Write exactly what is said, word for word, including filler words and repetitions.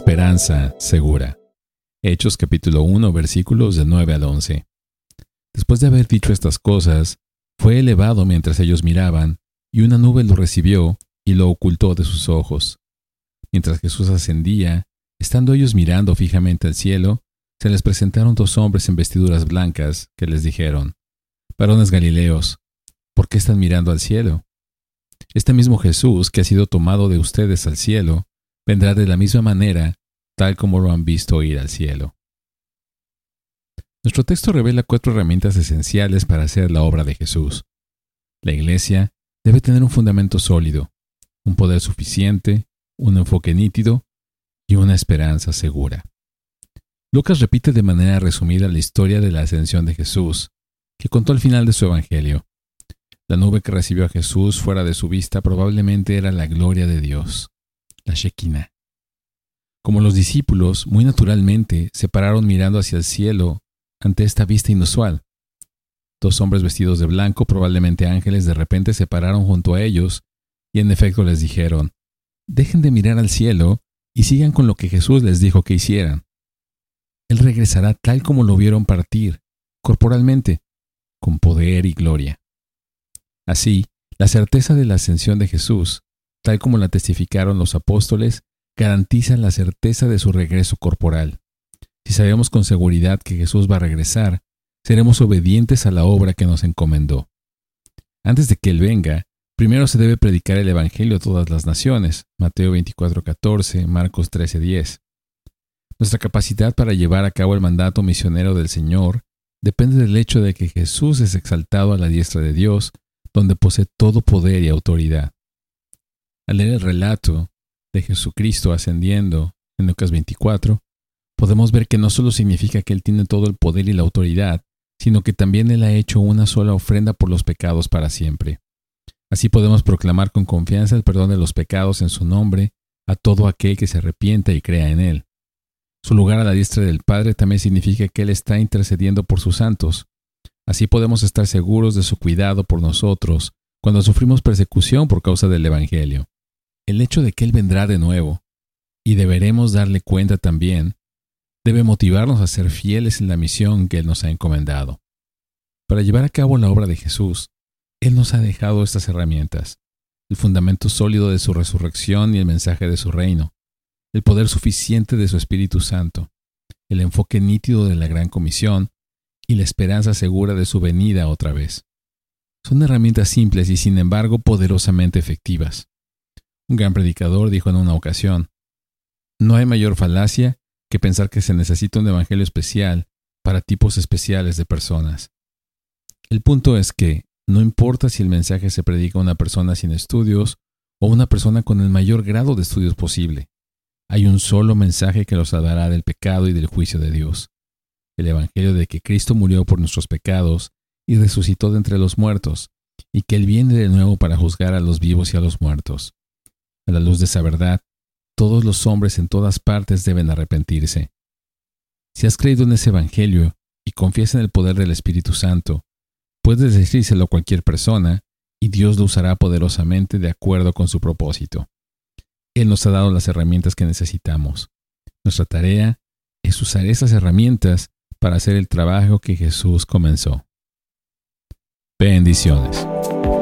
esperanza segura. Hechos capítulo uno, versículos de nueve al once. Después de haber dicho estas cosas, fue elevado mientras ellos miraban, y una nube lo recibió y lo ocultó de sus ojos. Mientras Jesús ascendía, estando ellos mirando fijamente al cielo, se les presentaron dos hombres en vestiduras blancas, que les dijeron: «Varones Galileos, ¿por qué están mirando al cielo? Este mismo Jesús que ha sido tomado de ustedes al cielo, vendrá de la misma manera, tal como lo han visto ir al cielo». Nuestro texto revela cuatro herramientas esenciales para hacer la obra de Jesús. La Iglesia debe tener un fundamento sólido, un poder suficiente, un enfoque nítido y una esperanza segura. Lucas repite de manera resumida la historia de la ascensión de Jesús, que contó al final de su evangelio. La nube que recibió a Jesús fuera de su vista probablemente era la gloria de Dios, la Shekinah. Como los discípulos, muy naturalmente, se pararon mirando hacia el cielo ante esta vista inusual. Dos hombres vestidos de blanco, probablemente ángeles, de repente se pararon junto a ellos y en efecto les dijeron: «Dejen de mirar al cielo y sigan con lo que Jesús les dijo que hicieran. Él regresará tal como lo vieron partir, corporalmente, con poder y gloria». Así, la certeza de la ascensión de Jesús, tal como la testificaron los apóstoles, garantiza la certeza de su regreso corporal. Si sabemos con seguridad que Jesús va a regresar, seremos obedientes a la obra que nos encomendó. Antes de que Él venga, primero se debe predicar el Evangelio a todas las naciones, Mateo veinticuatro catorce, Marcos trece diez. Nuestra capacidad para llevar a cabo el mandato misionero del Señor depende del hecho de que Jesús es exaltado a la diestra de Dios, donde posee todo poder y autoridad. Al leer el relato de Jesucristo ascendiendo en Lucas veinticuatro, podemos ver que no solo significa que Él tiene todo el poder y la autoridad, sino que también Él ha hecho una sola ofrenda por los pecados para siempre. Así podemos proclamar con confianza el perdón de los pecados en su nombre a todo aquel que se arrepienta y crea en Él. Su lugar a la diestra del Padre también significa que Él está intercediendo por sus santos. Así podemos estar seguros de su cuidado por nosotros cuando sufrimos persecución por causa del Evangelio. El hecho de que Él vendrá de nuevo, y deberemos darle cuenta también, debe motivarnos a ser fieles en la misión que Él nos ha encomendado. Para llevar a cabo la obra de Jesús, Él nos ha dejado estas herramientas: el fundamento sólido de su resurrección y el mensaje de su reino, el poder suficiente de su Espíritu Santo, el enfoque nítido de la Gran Comisión y la esperanza segura de su venida otra vez. Son herramientas simples y sin embargo poderosamente efectivas. Un gran predicador dijo en una ocasión: «No hay mayor falacia que pensar que se necesita un evangelio especial para tipos especiales de personas». El punto es que no importa si el mensaje se predica a una persona sin estudios o una persona con el mayor grado de estudios posible, hay un solo mensaje que los salvará del pecado y del juicio de Dios: el evangelio de que Cristo murió por nuestros pecados y resucitó de entre los muertos, y que Él viene de nuevo para juzgar a los vivos y a los muertos. A la luz de esa verdad, todos los hombres en todas partes deben arrepentirse. Si has creído en ese evangelio y confías en el poder del Espíritu Santo, puedes decírselo a cualquier persona y Dios lo usará poderosamente de acuerdo con su propósito. Él nos ha dado las herramientas que necesitamos. Nuestra tarea es usar esas herramientas para hacer el trabajo que Jesús comenzó. Bendiciones.